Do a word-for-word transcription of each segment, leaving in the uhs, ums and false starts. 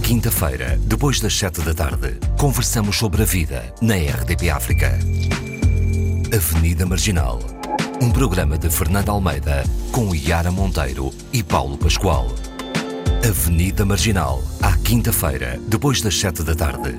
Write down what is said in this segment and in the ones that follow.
quinta-feira, depois das sete da tarde, conversamos sobre a vida na R D P África. Avenida Marginal. Um programa de Fernando Almeida com Yara Monteiro e Paulo Pascoal. Avenida Marginal, à quinta-feira, depois das sete da tarde.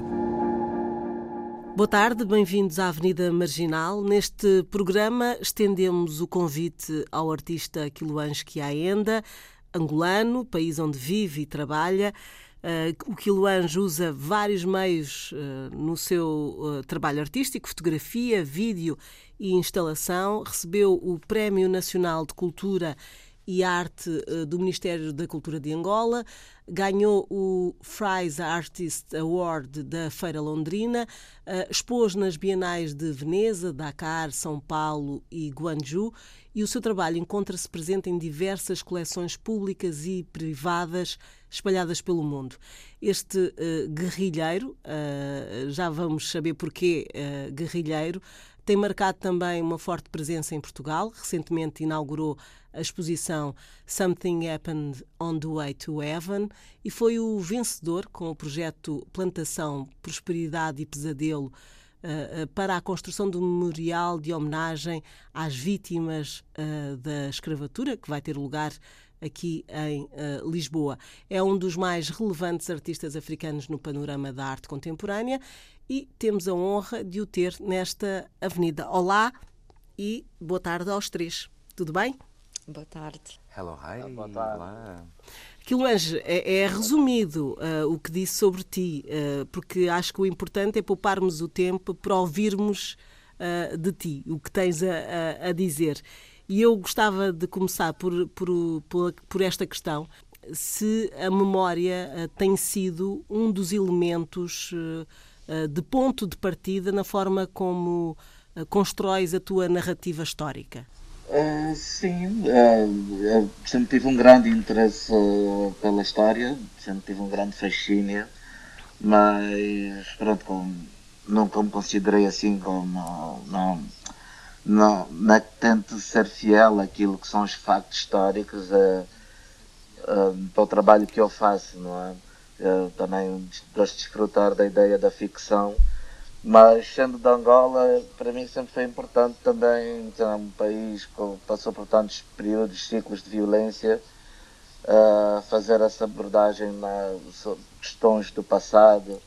Boa tarde, bem-vindos à Avenida Marginal. Neste programa estendemos o convite ao artista Quiluange Quiaenda, angolano, país onde vive e trabalha. Uh, o Quiluange usa vários meios uh, no seu uh, trabalho artístico, fotografia, vídeo e instalação. Recebeu o Prémio Nacional de Cultura e Arte uh, do Ministério da Cultura de Angola, ganhou o Fries Artist Award da Feira Londrina, uh, expôs nas bienais de Veneza, Dakar, São Paulo e Guangzhou, e o seu trabalho encontra-se presente em diversas coleções públicas e privadas espalhadas pelo mundo. Este uh, guerrilheiro, uh, já vamos saber porquê uh, guerrilheiro, tem marcado também uma forte presença em Portugal. Recentemente inaugurou a exposição Something Happened on the Way to Heaven e foi o vencedor com o projeto Plantação, Prosperidade e Pesadelo uh, para a construção do memorial de homenagem às vítimas uh, da escravatura, que vai ter lugar aqui em uh, Lisboa. É um dos mais relevantes artistas africanos no panorama da arte contemporânea e temos a honra de o ter nesta avenida. Olá e boa tarde aos três. Tudo bem? Boa tarde. Hello, hi. Ah, boa tarde. Olá. Quiluange, é, é resumido uh, o que disse sobre ti, uh, porque acho que o importante é pouparmos o tempo para ouvirmos uh, de ti, o que tens a, a, a dizer. E eu gostava de começar por, por, por, por esta questão, se a memória uh, tem sido um dos elementos uh, uh, de ponto de partida na forma como uh, constróis a tua narrativa histórica. Uh, sim, uh, eu sempre tive um grande interesse uh, pela história, sempre tive um grande fascínio, mas pronto, como, nunca me considerei assim como não, não, não é que tento ser fiel àquilo que são os factos históricos uh, uh, para o trabalho que eu faço, não é? Eu também gosto de desfrutar da ideia da ficção. Mas, sendo de Angola, para mim sempre foi importante também, é um país que passou por tantos períodos, ciclos de violência, uh, fazer essa abordagem na questões do passado,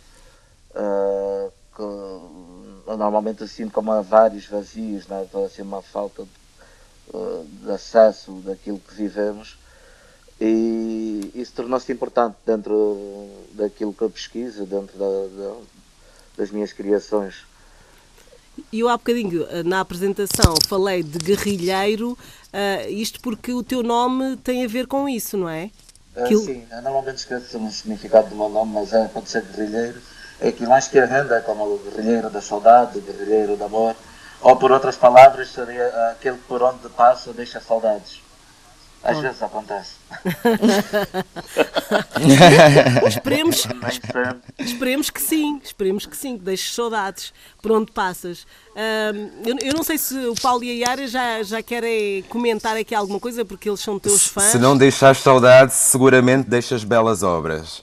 uh, que normalmente eu sinto como há vários vazios, né? Assim, uma falta de, uh, de acesso daquilo que vivemos, e isso tornou-se importante dentro daquilo que eu pesquiso, dentro da, da das minhas criações. E eu há bocadinho, na apresentação, falei de guerrilheiro, uh, isto porque o teu nome tem a ver com isso, não é? Uh, Aquilo... Sim, eu normalmente esqueço o significado do meu nome, mas é, pode ser guerrilheiro. É Quiluange Quiaenda, como o guerrilheiro da saudade, o guerrilheiro do amor, ou por outras palavras, seria aquele que por onde passa deixa saudades. Às oh. vezes acontece. esperemos, esperemos que sim, esperemos que sim, que deixes saudades por onde passas. Uh, eu, eu não sei se o Paulo e a Yara já, já querem comentar aqui alguma coisa, porque eles são teus fãs. Se não deixares saudades, seguramente deixas belas obras.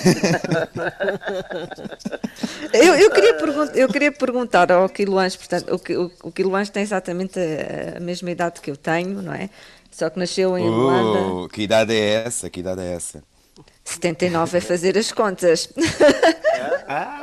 eu, eu, queria pergun- eu queria perguntar ao Quiluange, portanto, o, o, o Quiluange tem exatamente a, a mesma idade que eu tenho, não é? Só que nasceu em Luanda. Uh, que idade é essa? Que idade é essa? setenta e nove é fazer as contas. Ah.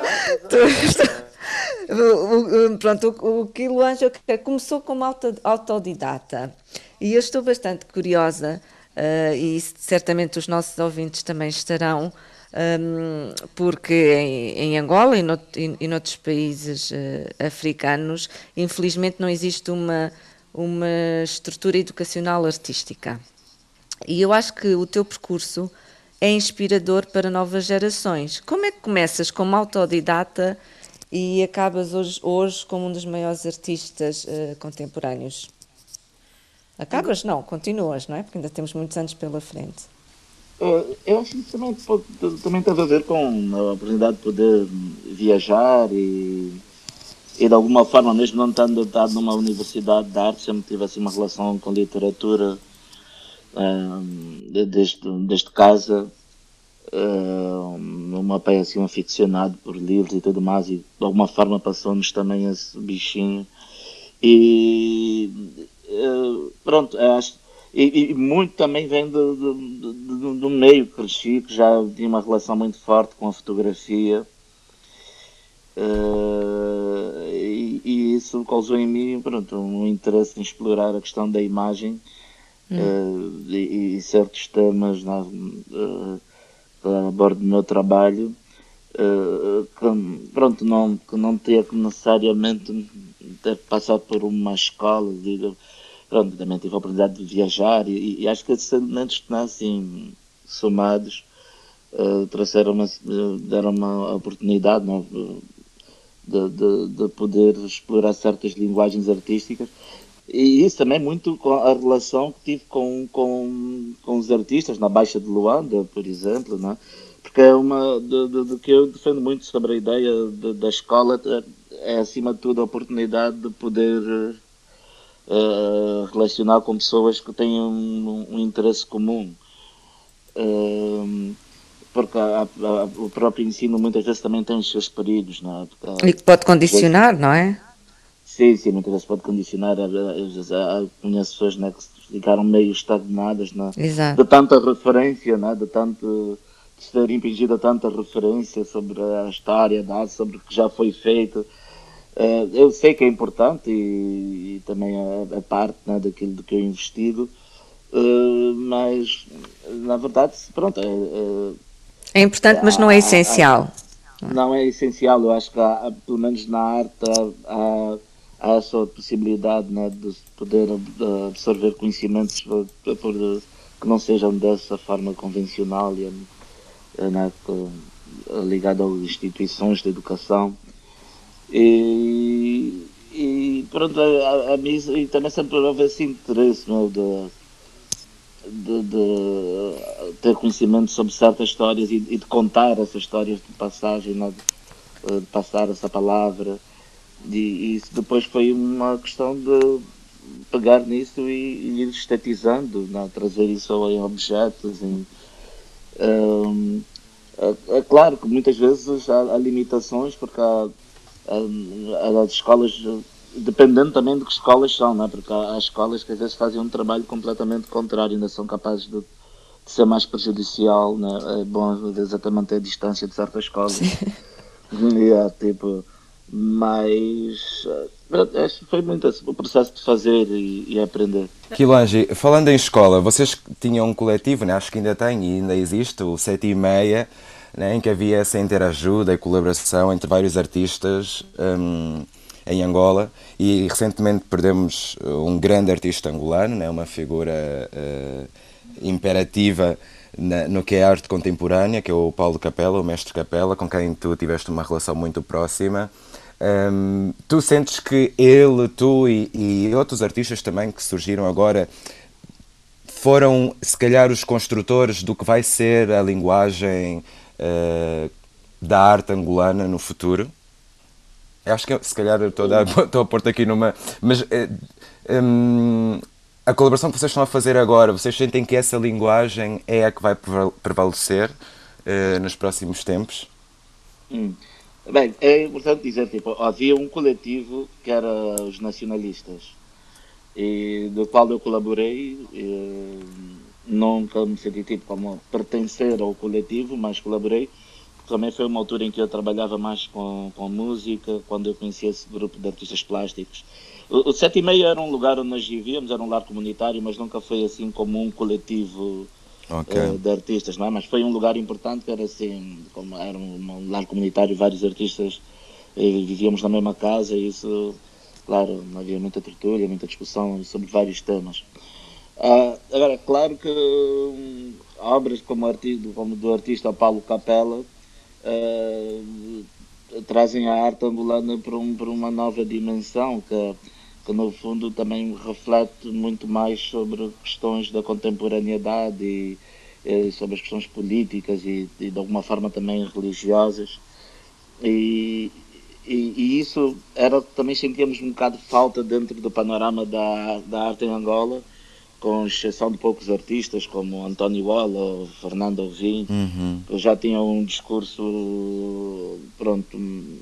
o, o, pronto, o, o Quiluange começou como auto, autodidata e eu estou bastante curiosa, uh, e certamente os nossos ouvintes também estarão, um, porque em, em Angola e, no, e, e noutros países uh, africanos, infelizmente não existe uma uma estrutura educacional artística. E eu acho que o teu percurso é inspirador para novas gerações. Como é que começas como autodidata e acabas hoje, hoje como um dos maiores artistas uh, contemporâneos? Acabas? Não, continuas, não é? Porque ainda temos muitos anos pela frente. Uh, eu acho que isso também, pode, também tem a ver com a oportunidade de poder viajar e... E de alguma forma, mesmo não estando estado numa universidade de arte, sempre tive assim, uma relação com literatura um, desde, desde casa. Uh, meu meu pai é assim um aficionado por livros e tudo mais, e de alguma forma passou-nos também esse bichinho. E uh, pronto, eu acho. E, e muito também vem do, do, do, do meio que cresci, que já tinha uma relação muito forte com a fotografia. Uh, e, e isso causou em mim, pronto, um interesse em explorar a questão da imagem, uh, e, e certos temas na, uh, a bordo do meu trabalho, uh, que, pronto, não, que não tinha que necessariamente ter passado por uma escola, de, pronto, também tive a oportunidade de viajar, e, e acho que esses elementos que assim somados uh, trouxeram uma, deram uma oportunidade, não, de, de, de poder explorar certas linguagens artísticas. E isso também muito com a relação que tive com, com, com os artistas na Baixa de Luanda, por exemplo, não é? Porque é uma do, do, do que eu defendo muito sobre a ideia de, da escola, é acima de tudo a oportunidade de poder uh, relacionar com pessoas que têm um, um interesse comum. Uh, porque a, a, o próprio ensino muitas vezes também tem os seus períodos, não é? Porque, E que pode condicionar, não é? Sim, sim, muitas vezes pode condicionar. Conheço pessoas, né, que ficaram meio estagnadas, né, Exato. de tanta referência, né, de tanto de ser impingida tanta referência sobre a história da arte, sobre o que já foi feito. Uh, eu sei que é importante, e, e também é, é parte, né, daquilo do que eu investido, uh, mas na verdade, pronto, é, É importante, é, mas não é há, há, essencial. não é essencial. Eu acho que há, há, pelo menos na arte há, há essa possibilidade, né, de poder absorver conhecimentos por, por, que não sejam dessa forma convencional, e, né, ligado às instituições de educação. E, e pronto, a, a mim e também sempre houve esse interesse, meu, de, de, de ter conhecimento sobre certas histórias, e, e de contar essas histórias de passagem, né, de, de passar essa palavra. E, e isso depois foi uma questão de pegar nisso e, e ir estetizando, né, trazer isso em objetos. Em, um, é, é claro que muitas vezes há, há limitações, porque há, há, há escolas, dependendo também de que escolas são, né, porque há, há escolas que às vezes fazem um trabalho completamente contrário, ainda são capazes de, de ser mais prejudicial, né? É bom às vezes até manter a distância de certas escolas. E é, tipo, mas eh, acho que foi muito esse o processo de fazer e, e aprender. Quilangi, falando em escola, vocês tinham um coletivo, né? Acho que ainda tem e ainda existe, o Sete e Meia, né? Em que havia essa interajuda e colaboração entre vários artistas um, em Angola, e recentemente perdemos um grande artista angolano, né? Uma figura uh, imperativa Na, no que é arte contemporânea, que é o Paulo Capela, o mestre Capela, com quem tu tiveste uma relação muito próxima. Um, tu sentes que ele, tu e, e outros artistas também que surgiram agora foram, se calhar, os construtores do que vai ser a linguagem uh, da arte angolana no futuro? Eu acho que, se calhar, estou a, estou a pôr-te aqui numa... Mas... Uh, um, a colaboração que vocês estão a fazer agora, vocês sentem que essa linguagem é a que vai prevalecer uh, nos próximos tempos? Hum. Bem, é importante dizer, tipo, havia um coletivo que era os nacionalistas, e do qual eu colaborei. E nunca me senti tipo como pertencer ao coletivo, mas colaborei. Também foi uma altura em que eu trabalhava mais com, com música, quando eu conheci esse grupo de artistas plásticos. O, o Sete e Meia era um lugar onde nós vivíamos, era um lar comunitário, mas nunca foi assim como um coletivo okay. uh, de artistas, não é? Mas foi um lugar importante, que era assim, como era um, um lar comunitário, vários artistas uh, vivíamos na mesma casa, e isso, claro, havia muita tertúlia, muita discussão sobre vários temas. Uh, agora, claro que um, obras como, artigo, como do artista Paulo Capela uh, trazem a arte angolana para, um, para uma nova dimensão, que, que no fundo também reflete muito mais sobre questões da contemporaneidade e, e sobre as questões políticas e, e de alguma forma também religiosas. E, e, e isso era, também sentíamos um bocado de falta dentro do panorama da, da arte em Angola, com exceção de poucos artistas como António Walla ou Fernando Alvim, Uhum. que já tinham um discurso, pronto, um,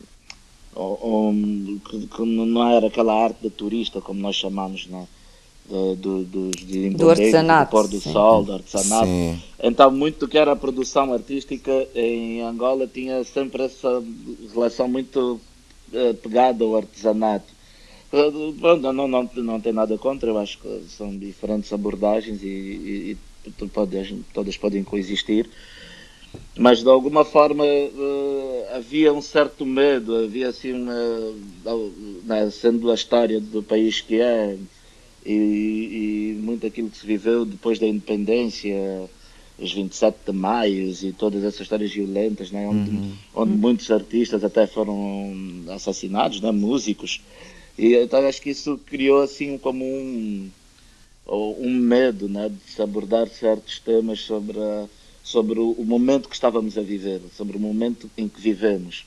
um, que, que não era aquela arte de turista, como nós chamamos, não? Do, do, dos de Do artesanato, do pôr do sim. sol, do artesanato. Sim. Então, muito do que era a produção artística em Angola tinha sempre essa relação muito uh, pegada ao artesanato. Uh, pronto, não, não, não tem nada contra, eu acho que são diferentes abordagens e, e, e todas, todas podem coexistir. Mas de alguma forma uh, havia um certo medo, havia assim uma, uh, sendo a história do país que é, e, e muito aquilo que se viveu depois da independência, os vinte e sete de maio e todas essas histórias violentas, né, onde, Uhum. onde muitos artistas até foram assassinados, né, músicos, e então acho que isso criou assim como um, um medo, né, de se abordar certos temas sobre, a, sobre o, o momento que estávamos a viver, sobre o momento em que vivemos.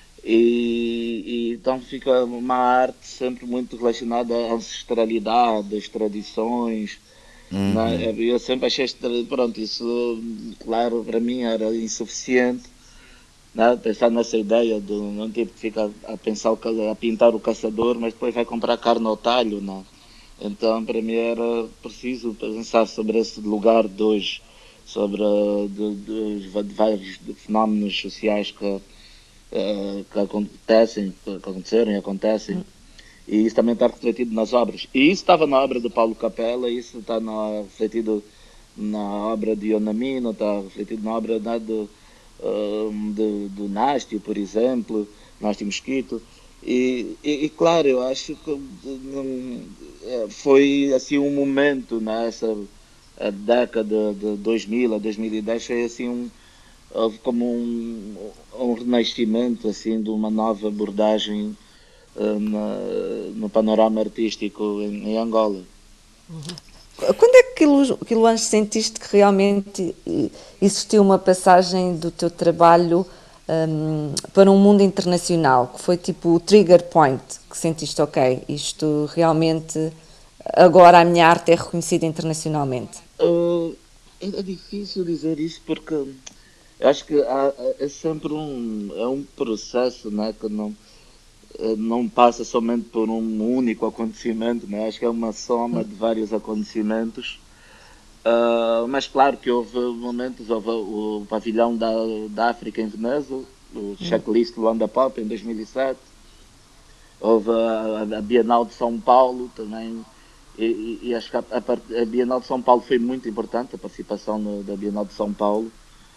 E, e então fica uma arte sempre muito relacionada à ancestralidade, às tradições. Uhum. Né? Eu sempre achei, pronto, isso, claro, para mim era insuficiente, né? Pensar nessa ideia de um tipo que fica a pensar, o, a pintar o caçador, mas depois vai comprar carne ao talho, né? Então, para mim era preciso pensar sobre esse lugar de hoje, sobre de, de, de vários fenómenos sociais que Uh, que acontecem, que aconteceram e acontecem, e isso também está refletido nas obras. E isso estava na obra do Paulo Capela, isso está na, refletido na obra de Onamino, está refletido na obra, né, do, uh, do, do Nástio, por exemplo, Nástio Mosquito. E, e, e claro, eu acho que um, foi assim um momento nessa a década de dois mil a dois mil e dez, foi assim um houve como um, um renascimento assim, de uma nova abordagem uh, na, no panorama artístico em, em Angola. Quando é que, Quiluans, sentiste que realmente existiu uma passagem do teu trabalho um, para um mundo internacional, que foi tipo o trigger point, que sentiste, ok, isto realmente, agora a minha arte é reconhecida internacionalmente? Uh, é difícil dizer isso porque eu acho que há, é sempre um, é um processo, né, que não, não passa somente por um único acontecimento, né? Acho que é uma soma de vários acontecimentos. Uh, mas claro que houve momentos, houve o pavilhão da, da África em Veneza, o checklist Luanda Pop em dois mil e sete, houve a, a Bienal de São Paulo também, e, e, e acho que a, a, a Bienal de São Paulo foi muito importante, a participação no, da Bienal de São Paulo.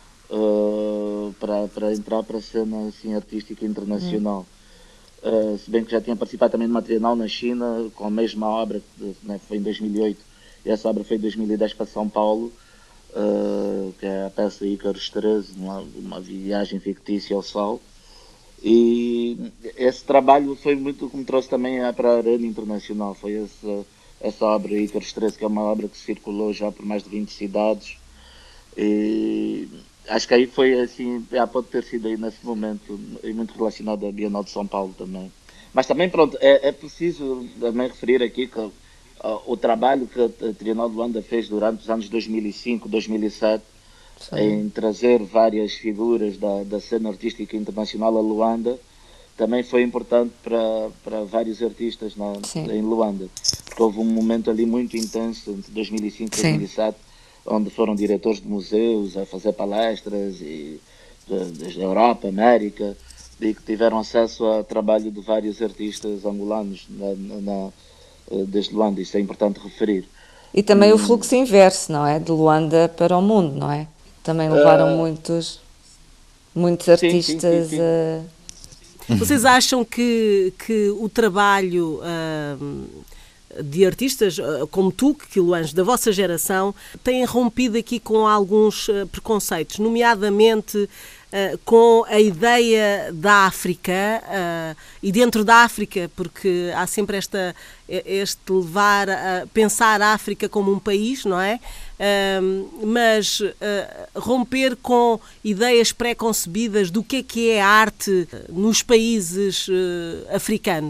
Uh, para, para entrar para a cena assim, artística internacional. Hum. Uh, se bem que já tinha participado também numa Trienal na China com a mesma obra, que, né, foi em dois mil e oito, e essa obra foi em dois mil e dez para São Paulo, uh, que é a peça Ícaros treze, uma, uma viagem fictícia ao sol. E esse trabalho foi muito o que me trouxe também para a Arena Internacional, foi essa, essa obra Ícaros treze, que é uma obra que circulou já por mais de vinte cidades. E acho que aí foi assim, já pode ter sido aí nesse momento, e muito relacionado à Bienal de São Paulo também. Mas também, pronto, é, é preciso também referir aqui que uh, o trabalho que a Trienal de Luanda fez durante os anos dois mil e cinco, dois mil e sete, sim, em trazer várias figuras da, da cena artística internacional a Luanda, também foi importante para, para vários artistas na, em Luanda. Porque houve um momento ali muito intenso entre dois mil e cinco e dois mil e sete, onde foram diretores de museus a fazer palestras e, de, desde a Europa, América, e que tiveram acesso a trabalho de vários artistas angolanos na, na, desde Luanda. Isso é importante referir. E também hum. o fluxo inverso, não é? De Luanda para o mundo, não é? Também levaram uh, muitos, muitos artistas sim, sim, sim, sim. a... Vocês acham que, que o trabalho... Uh, de artistas como tu, Quiluans, da vossa geração, têm rompido aqui com alguns uh, preconceitos, nomeadamente uh, com a ideia da África uh, e dentro da África, porque há sempre esta, este levar a pensar a África como um país, não é? Uh, mas uh, romper com ideias pré-concebidas do que é que é a arte nos países uh, africanos.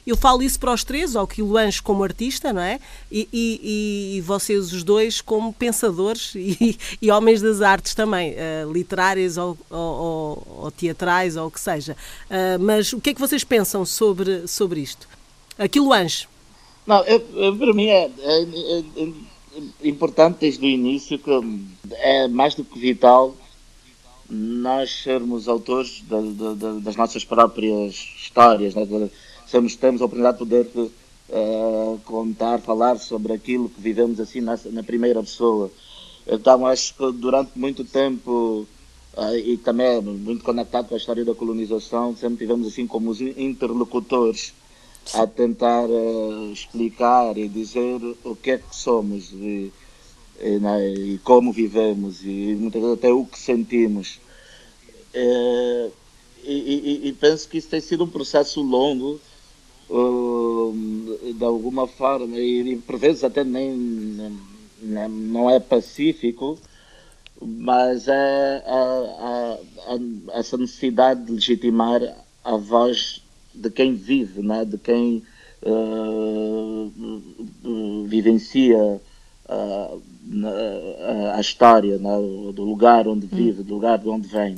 Eu falo isso para os três, ao Quiluães como artista, não é? E, e, e vocês os dois como pensadores e, e homens das artes também, uh, literárias ou, ou, ou teatrais ou o que seja. Uh, mas o que é que vocês pensam sobre, sobre isto? Uh, Quiluães. Não, eu, eu, para mim é, é, é, é importante desde o início que é mais do que vital nós sermos autores da, da, das nossas próprias histórias, né? Somos, temos a oportunidade de poder uh, contar, falar sobre aquilo que vivemos assim na, na primeira pessoa. Então acho que durante muito tempo, uh, e também muito conectado com a história da colonização, sempre tivemos assim como os interlocutores a tentar uh, explicar e dizer o que é que somos e, e, né, e como vivemos e muitas vezes até o que sentimos. É, e, e, e penso que isso tem sido um processo longo, uh, de alguma forma, e, e por vezes até nem, nem não é pacífico, mas é a, a, a, essa necessidade de legitimar a voz de quem vive, né? De quem uh, uh, vivencia uh, a, a história, né? Do lugar onde vive, do lugar de onde vem.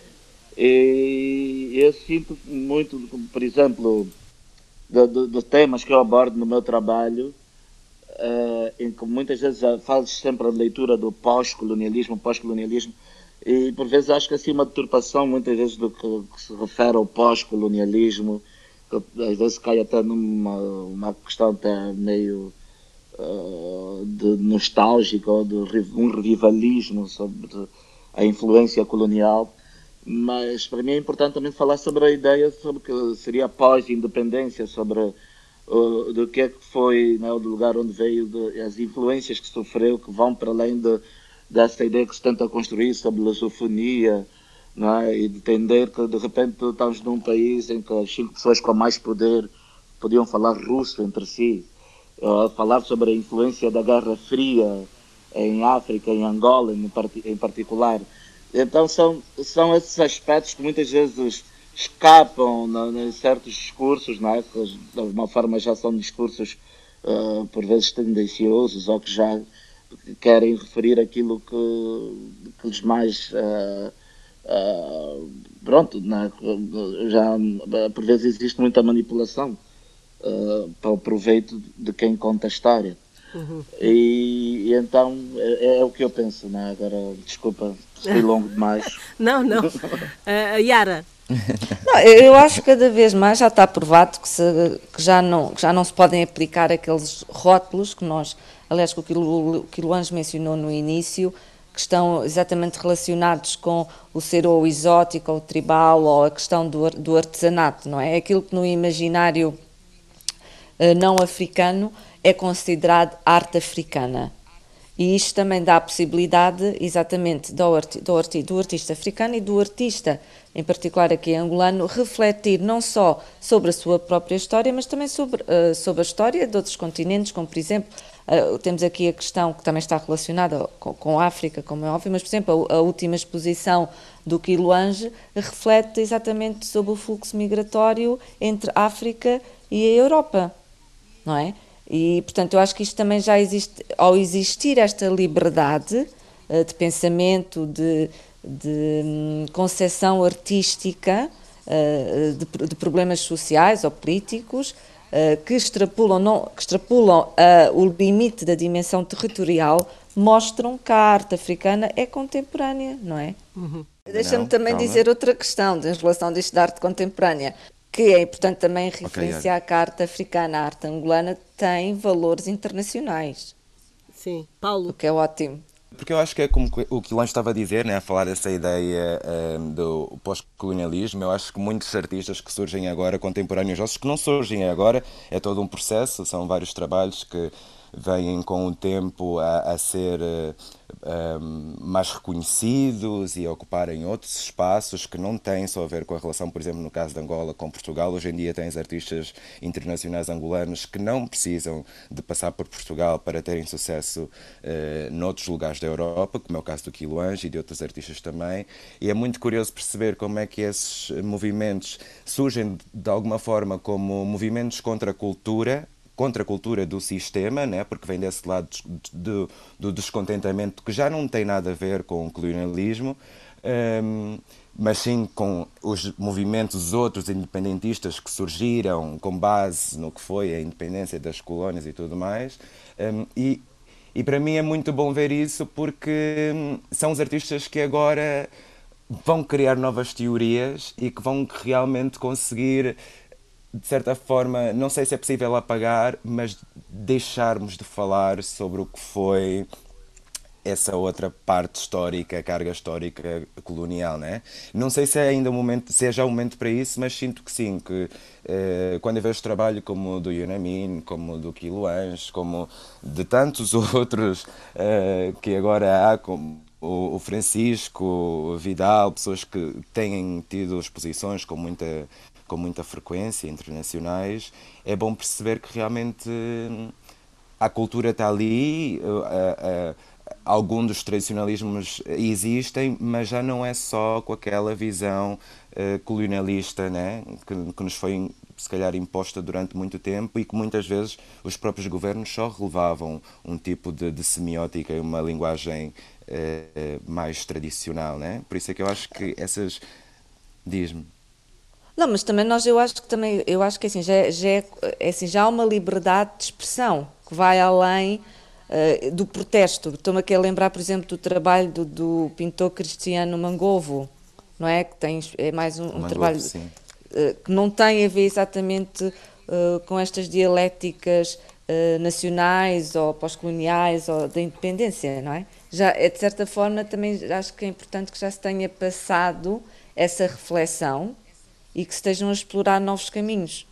E eu sinto muito, por exemplo, dos temas que eu abordo no meu trabalho, uh, em que muitas vezes falo sempre a leitura do pós-colonialismo, pós-colonialismo, e por vezes acho que assim uma deturpação muitas vezes do que, que se refere ao pós-colonialismo, que às vezes cai até numa uma questão até meio uh, de nostálgica ou de um revivalismo sobre a influência colonial. Mas para mim é importante também falar sobre a ideia sobre o que seria pós-independência, sobre uh, do que é que foi, né, do lugar onde veio, de, as influências que sofreu, que vão para além de, dessa ideia que se tenta construir sobre lusofonia, não é? E de entender que de repente estamos num país em que as cinco pessoas com mais poder podiam falar russo entre si, uh, falar sobre a influência da Guerra Fria em África, em Angola em, part em particular. Então são, são esses aspectos que muitas vezes escapam em certos discursos, não é? Que de alguma forma já são discursos uh, por vezes tendenciosos ou que já querem referir aquilo que, que lhes mais uh, uh, pronto, não é? Já por vezes existe muita manipulação uh, para o proveito de quem conta a história. Uhum. E, e então é, é o que eu penso, não é? Agora desculpa, fui longo demais. Não, não. Uh, Yara. Não, eu acho que cada vez mais já está provado que, se, que, já não, que já não se podem aplicar aqueles rótulos que nós, aliás, que o Quiluães mencionou no início, que estão exatamente relacionados com o ser ou exótico ou tribal ou a questão do, do artesanato, não é? Aquilo que no imaginário uh, não africano é considerado arte africana. E isto também dá a possibilidade, exatamente, do, arti do, arti do artista africano e do artista, em particular aqui angolano, refletir não só sobre a sua própria história, mas também sobre, uh, sobre a história de outros continentes, como, por exemplo, uh, temos aqui a questão que também está relacionada com, com a África, como é óbvio, mas, por exemplo, a, a última exposição do Quiluães reflete exatamente sobre o fluxo migratório entre a África e a Europa, não é? E, portanto, eu acho que isto também já existe, ao existir esta liberdade uh, de pensamento, de, de um, concepção artística uh, de, de problemas sociais ou políticos uh, que extrapolam, não, que extrapolam uh, o limite da dimensão territorial, mostram que a arte africana é contemporânea, não é? Uhum. Deixa-me também calma. dizer outra questão em relação disto da arte contemporânea, que é importante também referenciar okay, que a arte africana, a arte angolana, tem valores internacionais. Sim, Paulo. O que é ótimo. Porque eu acho que é como o Quiluães estava a dizer, né, a falar dessa ideia um, do pós-colonialismo. Eu acho que muitos artistas que surgem agora, contemporâneos nossos, que não surgem agora, é todo um processo, são vários trabalhos que vêm com o tempo a, a ser um, mais reconhecidos e a ocuparem outros espaços que não têm só a ver com a relação, por exemplo, no caso de Angola com Portugal. Hoje em dia tens artistas internacionais angolanos que não precisam de passar por Portugal para terem sucesso uh, noutros lugares da Europa, como é o caso do Quiloange e de outros artistas também, e é muito curioso perceber como é que esses movimentos surgem de alguma forma como movimentos contra a cultura, contra a cultura do sistema, né? Porque vem desse lado do, do descontentamento que já não tem nada a ver com o colonialismo, um, mas sim com os movimentos outros independentistas que surgiram com base no que foi a independência das colónias e tudo mais. Um, e, e para mim é muito bom ver isso porque um, são os artistas que agora vão criar novas teorias e que vão realmente conseguir, de certa forma, não sei se é possível apagar, mas deixarmos de falar sobre o que foi essa outra parte histórica, a carga histórica colonial, né? Não sei se é ainda o momento, se é já o momento para isso, mas sinto que sim, que eh, quando eu vejo trabalho como o do Yunamin, como o do Quiloange, como de tantos outros eh, que agora há, como o Francisco, o Vidal, pessoas que têm tido exposições com muita, com muita frequência, internacionais, é bom perceber que realmente a cultura está ali, a, a, algum dos tradicionalismos existem, mas já não é só com aquela visão uh, colonialista, né? que, que nos foi se calhar imposta durante muito tempo e que muitas vezes os próprios governos só relevavam um tipo de, de semiótica e uma linguagem uh, mais tradicional, né? Por isso é que eu acho que essas... Diz-me. Não, mas também nós, eu acho que também, eu acho que assim, já, já, é, é assim, já há uma liberdade de expressão que vai além uh, do protesto. Estou-me aqui a lembrar, por exemplo, do trabalho do, do pintor Cristiano Mangovo, não é? Que tem, é mais um, um Mangovo, trabalho uh, que não tem a ver exatamente uh, com estas dialéticas uh, nacionais ou pós-coloniais ou da independência, não é? Já, é, de certa forma, também acho que é importante que já se tenha passado essa reflexão e que se estejam a explorar novos caminhos.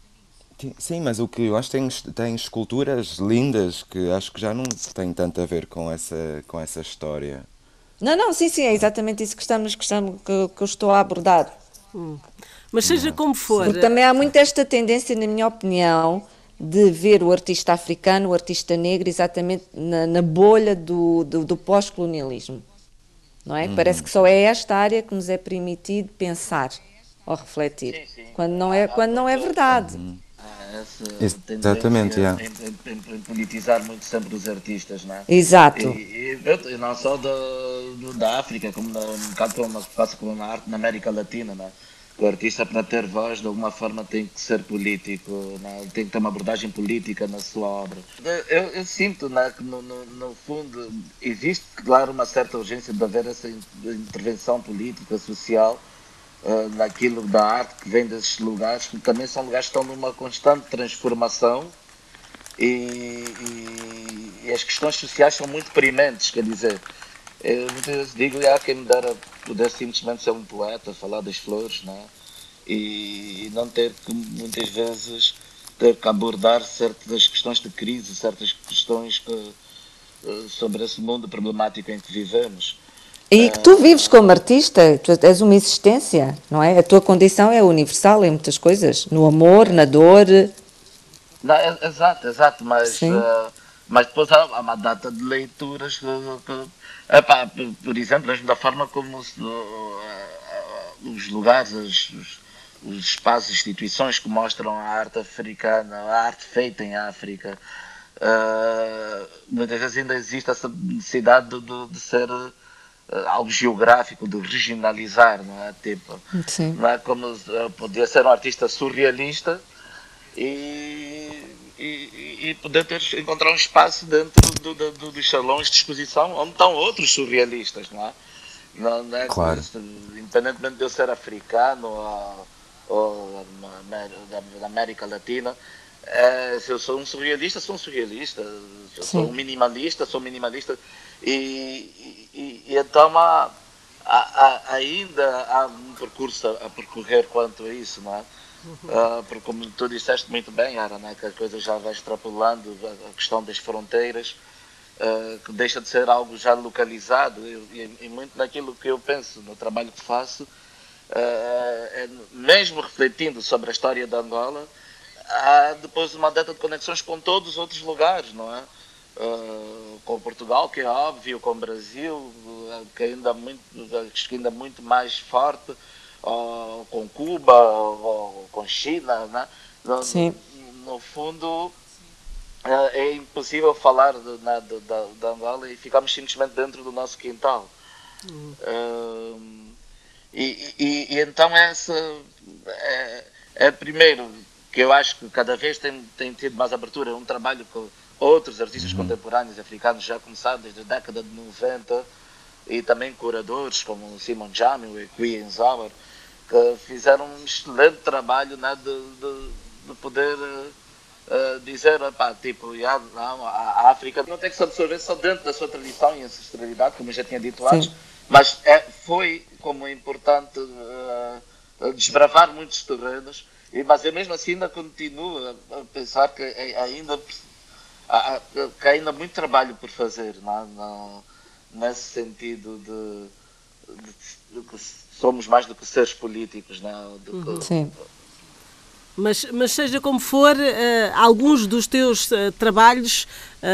Sim, mas o que eu acho que tem, tem esculturas lindas que acho que já não têm tanto a ver com essa, com essa história. Não, não, sim, sim, é exatamente isso que, estamos, que, estamos, que, que eu estou a abordar. Hum. Mas seja como for... Porque também há muito esta tendência, na minha opinião, de ver o artista africano, o artista negro, exatamente na, na bolha do, do, do pós-colonialismo. Não é? Uhum. Parece que só é esta área que nos é permitido pensar ou refletir, sim, sim. Quando, não é, quando não é verdade. Uhum. Essa Exatamente, yeah. em, em, em politizar muito sempre os artistas, não é? Exato. E, e, e não só do, do, da África, como no, no caso como passa com a arte na América Latina, não é? O artista, para ter voz, de alguma forma tem que ser político, né? Tem que ter uma abordagem política na sua obra. Eu, eu sinto, né, que no, no, no fundo existe, claro, uma certa urgência de haver essa intervenção política, social, uh, naquilo da arte que vem desses lugares, que também são lugares que estão numa constante transformação e, e, e as questões sociais são muito prementes, quer dizer, eu muitas vezes digo, ah, quem me dera poder simplesmente ser um poeta, falar das flores, né? e, e não ter que muitas vezes ter que abordar certas questões de crise, certas questões que, sobre esse mundo problemático em que vivemos. E que tu vives como artista, tu és uma existência, não é? A tua condição é universal em muitas coisas, no amor, na dor. Não, é, exato, exato, mas, uh, mas depois há, há uma data de leituras que, que epá, por, por exemplo, mesmo da forma como se, uh, os lugares, os, os espaços, instituições que mostram a arte africana, a arte feita em África, uh, muitas vezes ainda existe essa necessidade de, de, de ser uh, algo geográfico, de regionalizar, não é? Tipo, sim. Não é como uh, podia ser um artista surrealista e E, e poder ter, encontrar um espaço dentro do, do, do, dos salões de exposição onde estão outros surrealistas, não é? Não, não é claro. Que, independentemente de eu ser africano ou, ou da, da América Latina, é, se eu sou um surrealista, sou um surrealista. Se eu Sim. sou um minimalista, sou um minimalista. E, e, e então há, há, há, ainda há um percurso a, a percorrer quanto a isso, não é? Uh, porque como tu disseste muito bem, Yara, né, que a coisa já vai extrapolando a questão das fronteiras, uh, que deixa de ser algo já localizado, e, e, e muito naquilo que eu penso, no trabalho que faço, uh, é, mesmo refletindo sobre a história de Angola, há depois uma data de conexões com todos os outros lugares, não é? Uh, com Portugal, que é óbvio, com o Brasil, uh, que ainda muito, acho que ainda muito mais forte, ou com Cuba, ou, ou com China, né? No, Sim. no, no fundo, uh, é impossível falar de, né, de, de, de Angola e ficamos simplesmente dentro do nosso quintal. Uhum. Uh, e, e, e então essa é, é primeiro que eu acho que cada vez tem, tem tido mais abertura, é um trabalho que outros artistas uhum. contemporâneos africanos já começaram desde a década de noventa, e também curadores como Simon Jamil e Kui Nzauer, que fizeram um excelente trabalho, né, de, de, de poder uh, dizer, pá, tipo, já, não, a África não tem que se absorver só dentro da sua tradição e ancestralidade, como eu já tinha dito antes, Sim. mas é, foi como importante uh, desbravar muitos terrenos, e, mas eu mesmo assim ainda continuo a, a pensar que ainda, a, que ainda há muito trabalho por fazer, não, não, nesse sentido de, de, de que somos mais do que seres políticos, não? Do que, Sim. Mas, mas seja como for, uh, alguns dos teus uh, trabalhos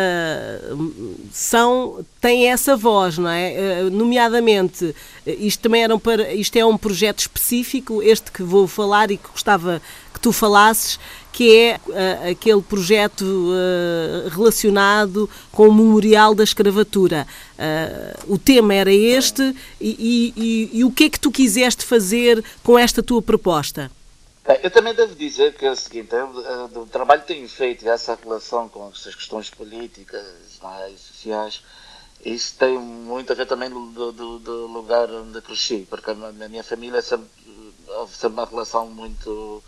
uh, são, têm essa voz, não é? Uh, nomeadamente, uh, isto também era um, isto é um projeto específico, este que vou falar e que gostava que tu falasses, que é uh, aquele projeto uh, relacionado com o Memorial da Escravatura. Uh, o tema era este e, e, e, e o que é que tu quiseste fazer com esta tua proposta? Eu também devo dizer que é o seguinte, eu, o trabalho que tenho feito, essa relação com essas questões políticas e sociais, isso tem muito a ver também do, do, do lugar onde cresci, porque na minha família sempre, houve sempre uma relação muito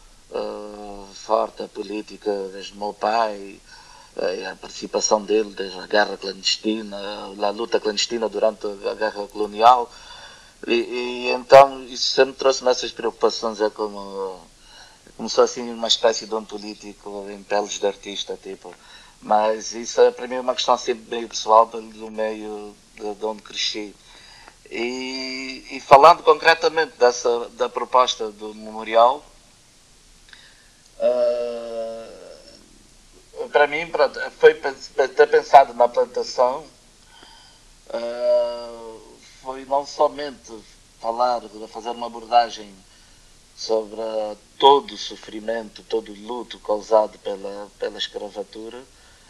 uh, forte, a política, desde o meu pai, e a participação dele desde a guerra clandestina, a luta clandestina durante a guerra colonial. E, e então isso sempre trouxe-me essas preocupações, é como, como sou assim uma espécie de um político em peles de artista, tipo. Mas isso é para mim uma questão sempre meio pessoal do meio de, de onde cresci. E, e falando concretamente dessa, da proposta do memorial, uh, para mim foi ter pensado na plantação. Uh, foi não somente falar, fazer uma abordagem sobre todo o sofrimento, todo o luto causado pela, pela escravatura,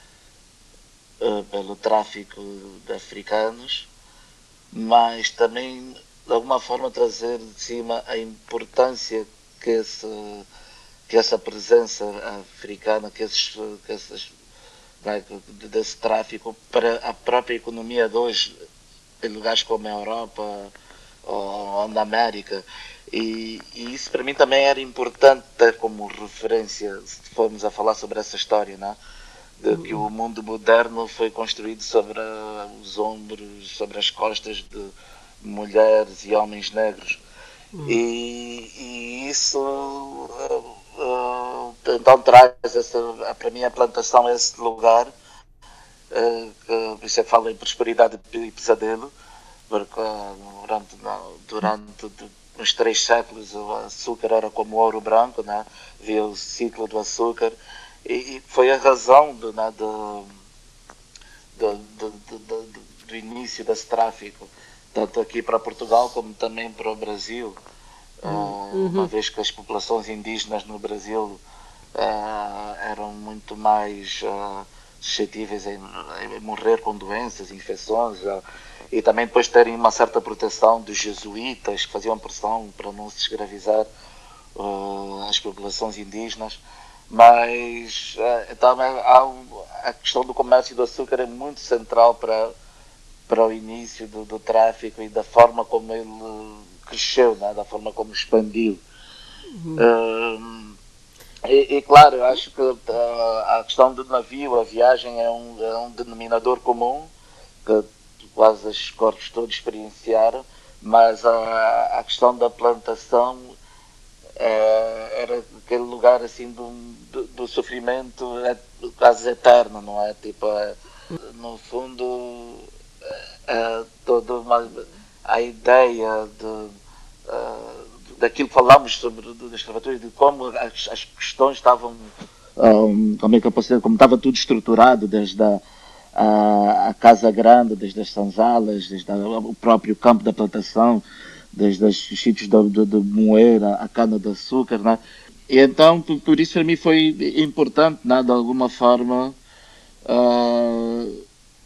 pelo tráfico de africanos, mas também de alguma forma trazer de cima a importância que, esse, que essa presença africana, que, esses, que esses, desse tráfico para a própria economia de hoje, em lugares como a Europa ou, ou na América, e, e isso para mim também era importante ter como referência, se formos a falar sobre essa história, não é? De que o mundo moderno foi construído sobre os ombros, sobre as costas de mulheres e homens negros, e, e isso uh, uh, então traz essa, para mim a plantação a esse lugar. Uh, que, por isso é que falo em prosperidade e pesadelo, porque uh, durante, uh, durante uns três séculos o açúcar era como ouro branco, né? Havia o ciclo do açúcar, e, e foi a razão do, né, do, do, do, do, do, do início desse tráfico, tanto aqui para Portugal como também para o Brasil, uh, uhum. uma vez que as populações indígenas no Brasil uh, eram muito mais uh, suscetíveis em, em morrer com doenças, infecções, uh, e também depois terem uma certa proteção dos jesuítas que faziam pressão para não se escravizar uh, as populações indígenas. Mas uh, então, há, a questão do comércio do açúcar é muito central para, para o início do, do tráfico e da forma como ele cresceu, né? Da forma como expandiu. Uhum. Uh, E, e claro, eu acho que uh, a questão do navio, a viagem é um, é um denominador comum que quase os corpos todos experienciaram, mas a, a questão da plantação é, era aquele lugar assim do, do, do sofrimento é, quase eterno, não é? Tipo, é, no fundo, é, toda uma, a ideia de, é, daquilo que falámos sobre da escravatura, de como as, as questões estavam, um, como é que eu posso dizer, como estava tudo estruturado, desde a, a, a Casa Grande, desde as sanzalas, desde a, o próprio campo da plantação, desde os sítios de, de, de moer, a cana-de-açúcar, né? E então, por, por isso para mim foi importante, né, de alguma forma, uh,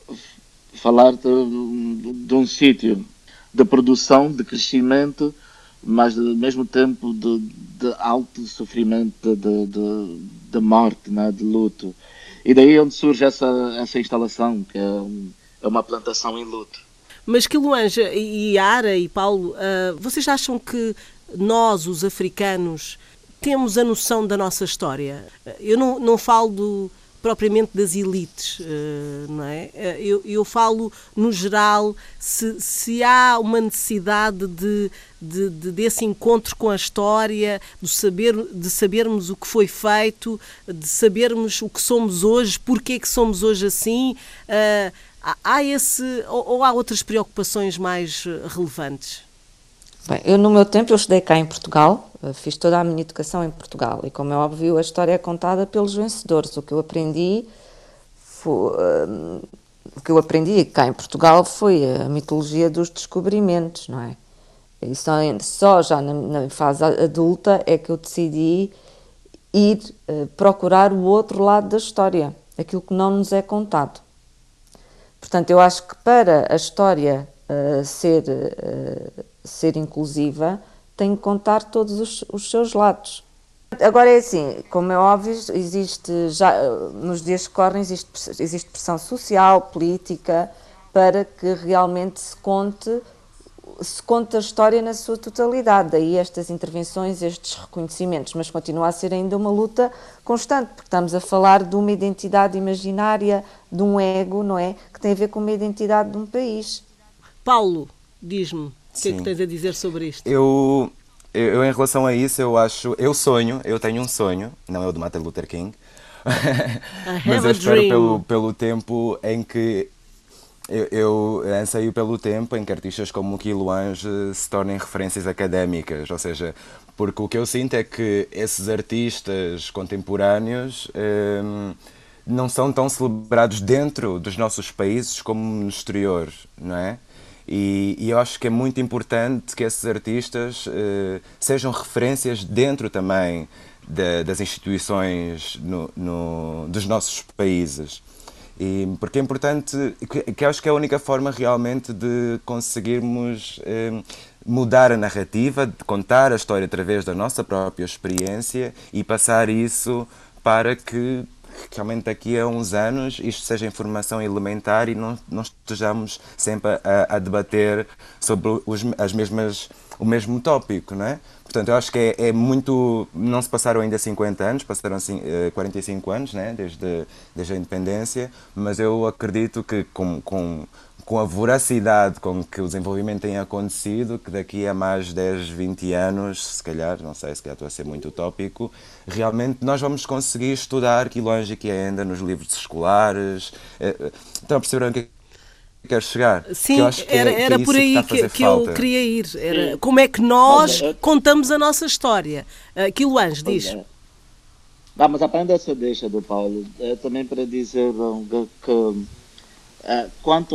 falar de, de um sítio de produção, de crescimento, mas ao mesmo tempo de, de alto sofrimento, de, de, de morte, né, de luto. E daí é onde surge essa, essa instalação, que é, um, é uma plantação em luto. Mas Quiloanja e Yara e Paulo, uh, vocês acham que nós, os africanos, temos a noção da nossa história? Eu não, não falo do, propriamente das elites, uh, não é? Eu, eu falo, no geral, se, se há uma necessidade de, de, de, desse encontro com a história, de, saber, de sabermos o que foi feito, de sabermos o que somos hoje, porque é que somos hoje assim. Uh, há esse, ou, ou há outras preocupações mais relevantes? Bem, eu no meu tempo eu estudei cá em Portugal, fiz toda a minha educação em Portugal e, como é óbvio, a história é contada pelos vencedores. O que eu aprendi foi, uh, o que eu aprendi cá em Portugal foi a mitologia dos descobrimentos, não é? E só, só já na, na fase adulta é que eu decidi ir uh, procurar o outro lado da história, aquilo que não nos é contado. Portanto, eu acho que para a história uh, ser, uh, ser inclusiva, tem que contar todos os, os seus lados. Agora é assim, como é óbvio, existe já, nos dias que correm, existe, existe pressão social, política, para que realmente se conte, se conte a história na sua totalidade. Daí estas intervenções, estes reconhecimentos, mas continua a ser ainda uma luta constante, porque estamos a falar de uma identidade imaginária, de um ego, não é? Que tem a ver com uma identidade de um país. Paulo, diz-me, o que é que tens a dizer sobre isto? Eu, eu, eu, em relação a isso, eu acho, eu sonho, eu tenho um sonho, não é o de Martin Luther King, mas eu espero pelo, pelo tempo em que Eu, eu anseio pelo tempo em que artistas como o Quiloange se tornem referências académicas, ou seja, porque o que eu sinto é que esses artistas contemporâneos hum, não são tão celebrados dentro dos nossos países como no exterior, não é? E, e eu acho que é muito importante que esses artistas uh, sejam referências dentro também de, das instituições no, no, dos nossos países. E, porque é importante, que, que acho que é a única forma realmente de conseguirmos eh, mudar a narrativa, de contar a história através da nossa própria experiência e passar isso para que realmente daqui a uns anos isto seja informação elementar e não, não estejamos sempre a, a debater sobre os, as mesmas, o mesmo tópico, não é? Portanto, eu acho que é, é muito... Não se passaram ainda cinquenta anos, passaram quarenta e cinco anos, né, desde, desde a independência, mas eu acredito que com, com, com a voracidade com que o desenvolvimento tem acontecido, que daqui a mais dez, vinte anos, se calhar, não sei, se calhar estou a ser muito utópico, realmente nós vamos conseguir estudar Quiloange e ainda nos livros escolares. Estão a perceber o que quero chegar? Sim, que eu acho que era, é, era que é por aí que, que eu queria ir. Era, como é que nós mas, contamos a nossa história? Uh, Quiloange, diz. É. Ah, mas aprenda essa deixa do Paulo. É também para dizer que, que uh, quanto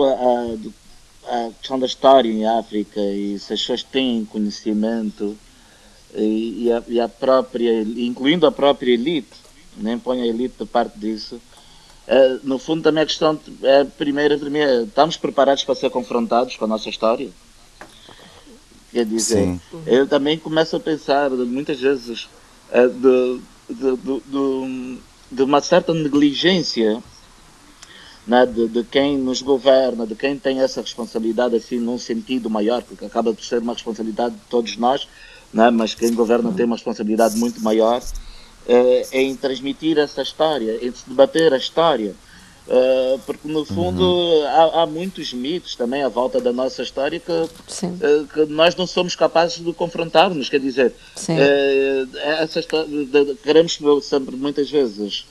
à questão da história em África, e se as pessoas têm conhecimento, e, e, a, e a própria, incluindo a própria elite, nem põe a elite de parte disso. Uh, no fundo também a questão é, primeiro, primeiro, estamos preparados para ser confrontados com a nossa história? Quer dizer, sim, eu também começo a pensar muitas vezes uh, de, de, de, de, de uma certa negligência, né, de, de quem nos governa, de quem tem essa responsabilidade assim num sentido maior, porque acaba por ser uma responsabilidade de todos nós, né, mas quem governa tem uma responsabilidade muito maior. Uh, em transmitir essa história, em se debater a história, Uh, porque no fundo uhum. há, há muitos mitos também à volta da nossa história que, uh, que nós não somos capazes de confrontar-nos, quer dizer, uh, essa história, de, queremos sempre muitas vezes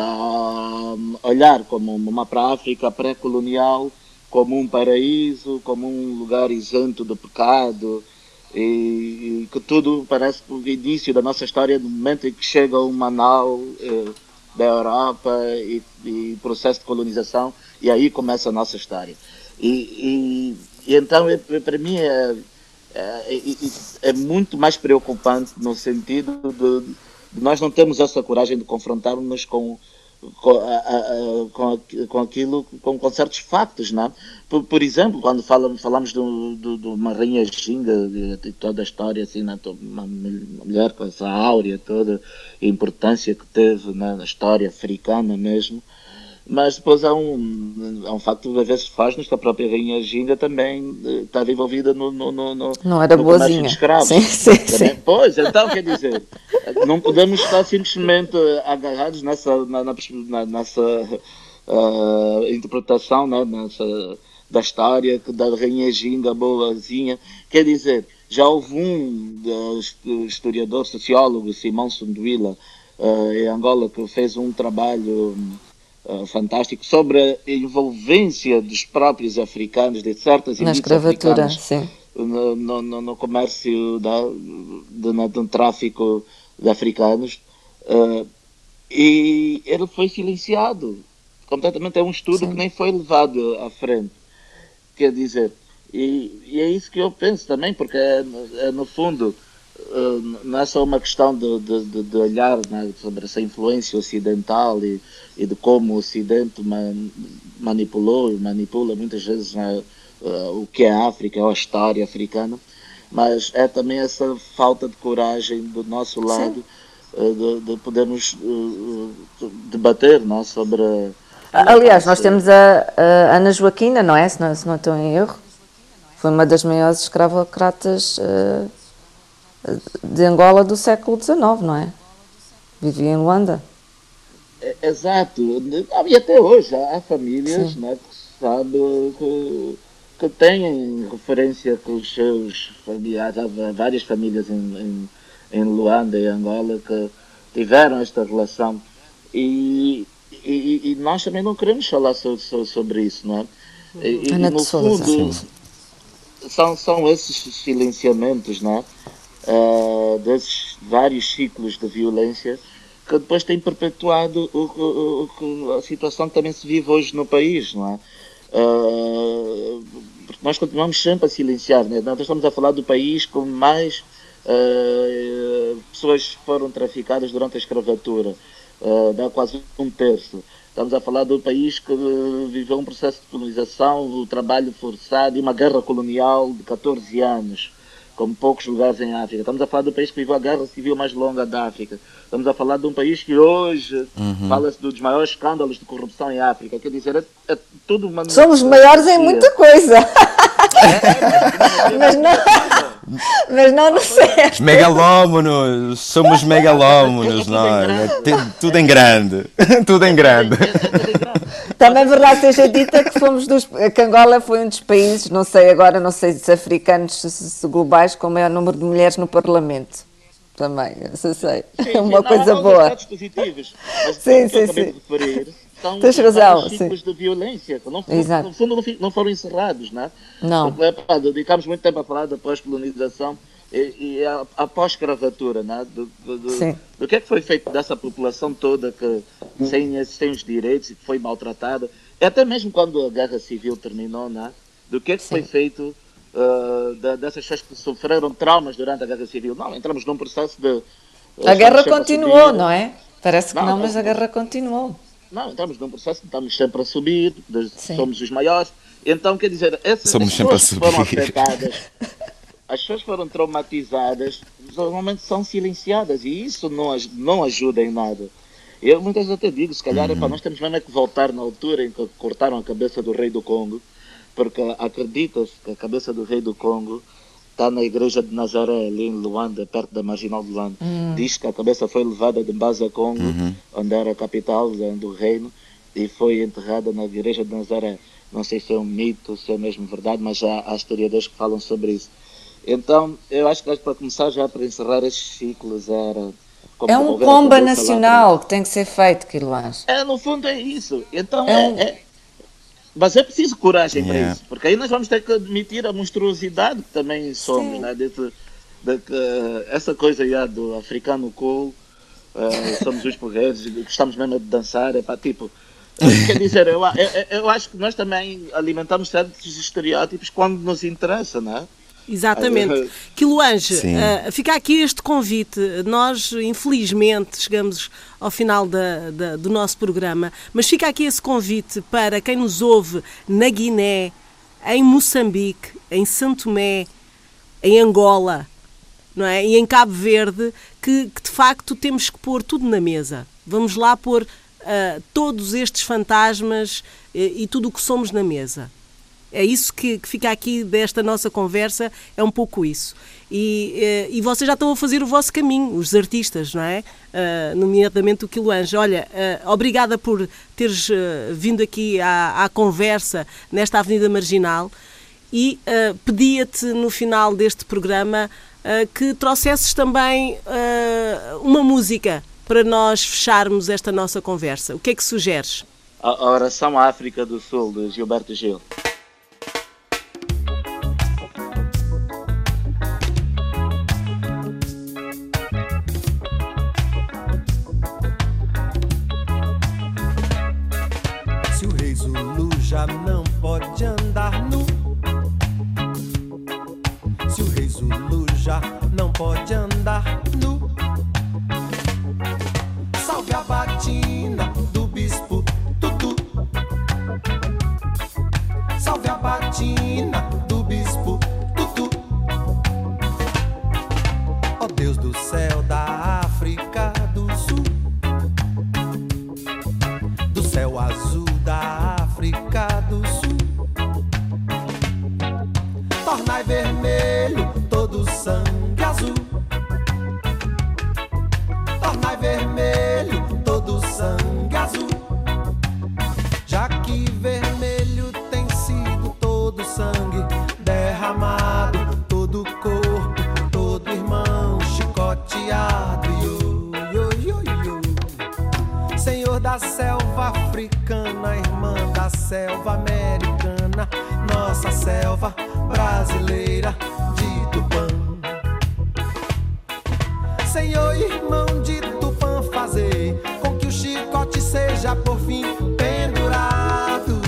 uh, olhar como uma para a África pré-colonial como um paraíso, como um lugar isento de pecado, e, e que tudo parece o início da nossa história no momento em que chega o Manau uh, da Europa e, e processo de colonização, e aí começa a nossa história. E, e, e então, é, para mim, é, é, é muito mais preocupante no sentido de, de nós não termos essa coragem de confrontarmos com, com, a, a, com, com aquilo, com, com certos factos, não é? Por, por exemplo, quando falamos, falamos de, de, de uma rainha Ginga, de, de toda a história, assim, né? Uma mulher com essa áurea toda, a importância que teve, né? Na história africana mesmo, mas depois há um, há um facto que às vezes faz-nos que a própria rainha Ginga também estava envolvida no, no, no, no, não era no boazinha. Comércio de escravos. Sim, sim, sim. Pois, então quer dizer, não podemos estar simplesmente agarrados nessa, na, na, nessa uh, interpretação, né? Nessa, da história da rainha Ginga boazinha. Quer dizer, já houve um uh, historiador, sociólogo, Simão Sunduila, uh, em Angola, que fez um trabalho uh, fantástico sobre a envolvência dos próprios africanos, de certas na escravatura, sim. No, no, no comércio da, do, do tráfico de africanos, uh, e ele foi silenciado completamente. É um estudo sim. que nem foi levado à frente. Quer dizer, e, e é isso que eu penso também, porque é, é no fundo, uh, não é só uma questão de, de, de olhar, né, sobre essa influência ocidental e, e de como o Ocidente man, manipulou e manipula muitas vezes, né, uh, o que é a África, a história africana, mas é também essa falta de coragem do nosso lado uh, de, de podermos uh, debater, não, sobre... Aliás, nós temos a, a Ana Joaquina, não é? Se não, se não estou em erro. Foi uma das maiores escravocratas uh, de Angola do século dezenove, não é? Vivia em Luanda. É, exato. E até hoje há famílias, né, que sabe que, que têm referência com os seus familiares. Há várias famílias em, em, em Luanda e Angola que tiveram esta relação. E... E, e nós também não queremos falar so, so, sobre isso, não é? E, e no fundo, são, são esses silenciamentos, não é? Uh, desses vários ciclos de violência que depois têm perpetuado o, o, o, a situação que também se vive hoje no país, não é? Uh, porque nós continuamos sempre a silenciar, né? Nós estamos a falar do país com mais uh, pessoas que foram traficadas durante a escravatura. Uh, dá quase um terço. Estamos a falar do país que uh, viveu um processo de colonização, o trabalho forçado e uma guerra colonial de catorze anos, como poucos lugares em África. Estamos a falar do país que viveu a guerra civil mais longa da África. Estamos a falar de um país que hoje uhum. fala-se dos maiores escândalos de corrupção em África. Quer dizer, é, é tudo uma... Somos maiores em muita coisa. É, é, mas não... Mas não no certo. Megalómonos, somos megalómonos, nós. Tudo em grande. Tudo em grande. Também é verdade seja dita que fomos dos. Que Angola foi um dos países, não sei agora, não sei se africanos, se, se globais, com o maior número de mulheres no Parlamento. Também, isso eu sei. É uma sim, coisa não, boa. Positivos, mas sim, sim, sim. Referir, são tens razão, ciclos sim. de violência que não, Exato. no fundo não, não foram encerrados, não é? Não. Porque, pá, dedicámos muito tempo a falar da pós-colonização e, e a, a pós-escravatura, não é? Do, do, do, sim. do que é que foi feito dessa população toda que sem, sem os direitos e que foi maltratada, e até mesmo quando a guerra civil terminou, não é? Do que é que sim. foi feito uh, da, dessas pessoas que sofreram traumas durante a guerra civil. Não, entramos num processo de... A guerra continuou, não é? Parece que não, não mas não, a guerra continuou. Não, entramos num processo, estamos sempre a subir, somos os maiores. Então, quer dizer, essas somos pessoas que foram afetadas, as pessoas foram traumatizadas, normalmente são silenciadas e isso não, não ajuda em nada. Eu muitas vezes até digo, se calhar, uhum. epa, nós temos mesmo é que voltar na altura em que cortaram a cabeça do rei do Congo, porque acredita-se que a cabeça do rei do Congo está na igreja de Nazaré, ali em Luanda, perto da Marginal de Luanda. Uhum. Diz que a cabeça foi levada de Mbaza Congo, uhum. onde era a capital do reino, e foi enterrada na igreja de Nazaré. Não sei se é um mito, se é mesmo verdade, mas há, há historiadores que falam sobre isso. Então, eu acho que para começar, já para encerrar estes ciclos, era... É um comba nacional que tem que ser feito, Quiloange. É, no fundo é isso. Então, é, é, um... é... Mas é preciso coragem yeah. para isso, porque aí nós vamos ter que admitir a monstruosidade que também somos, né? De, de, de, de, essa coisa já do africano cool, uh, somos os porreiros, gostamos mesmo de dançar, é pá, tipo... Quer dizer, eu, eu, eu acho que nós também alimentamos certos estereótipos quando nos interessa, não é? Exatamente. Quiloange, uh, fica aqui este convite. Nós, infelizmente, chegamos ao final da, da, do nosso programa, mas fica aqui esse convite para quem nos ouve na Guiné, em Moçambique, em São Tomé, em Angola, não é? E em Cabo Verde, que, que de facto temos que pôr tudo na mesa. Vamos lá pôr uh, todos estes fantasmas uh, e tudo o que somos na mesa. É isso que, que fica aqui desta nossa conversa, é um pouco isso. E, e vocês já estão a fazer o vosso caminho, os artistas, não é? Uh, nomeadamente o Quiloange. Olha, uh, obrigada por teres uh, vindo aqui à, à conversa nesta Avenida Marginal e uh, pedia-te no final deste programa uh, que trouxesses também uh, uma música para nós fecharmos esta nossa conversa. O que é que sugeres? A, a Oração à África do Sul, de Gilberto Gil. Já não pode andar nu. Se o rei Zulu já não pode andar nu, salve a batina do bispo Tutu. Salve a batina do bispo Tutu. Ó Deus do céu da África do Sul, do céu azul da África do Sul, tornai vermelho todo o sangue azul. Tornai vermelho todo o sangue azul. Já que vermelho tem sido todo o sangue derramado, todo o corpo, todo irmão chicoteado. Yo, yo, yo, yo. Senhor da selva africana, irmã da selva americana, nossa selva brasileira de Tupã. Senhor irmão de Tupã, fazei com que o chicote seja por fim pendurado.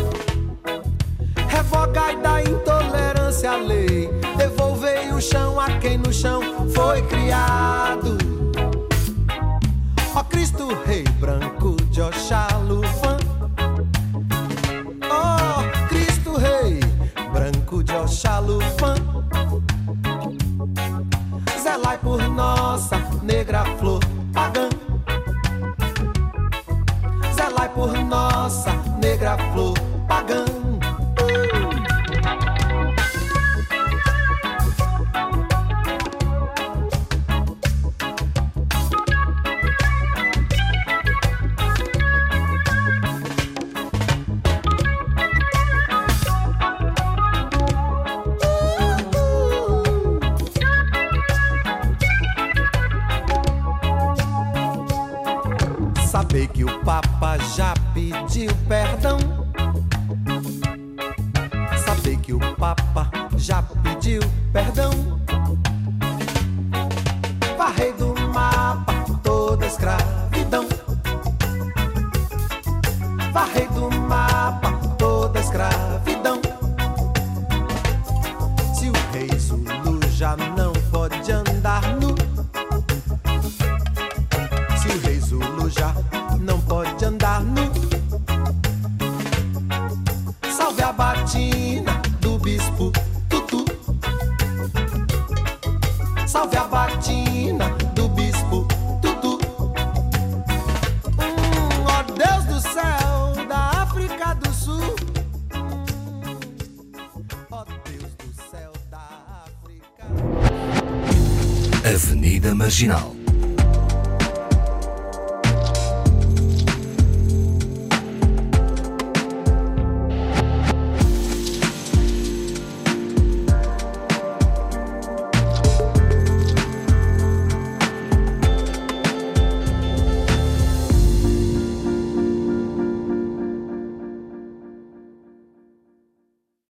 Revogai da intolerância a lei, devolvei o chão a quem no chão foi criado. Ó Cristo Rei branco de Oxalufã, ó Cristo Rei branco de Oxalufã, zelai por nossa negra flor pagã. Zelai por nossa negra flor pagã. Sabei que o Papa já pediu perdão. Sabei que o Papa já pediu perdão. Varrei do mapa toda a escravidão. Varrei do mapa toda a escravidão. Se o rei Zulu já não pode andar nu, se o rei Zulu já não pode andar nu, salve a batina do bispo Tutu. Salve a batina do bispo Tutu. Hum, ó Deus do céu da África do Sul. Hum, ó Deus do céu da África. Avenida Marginal.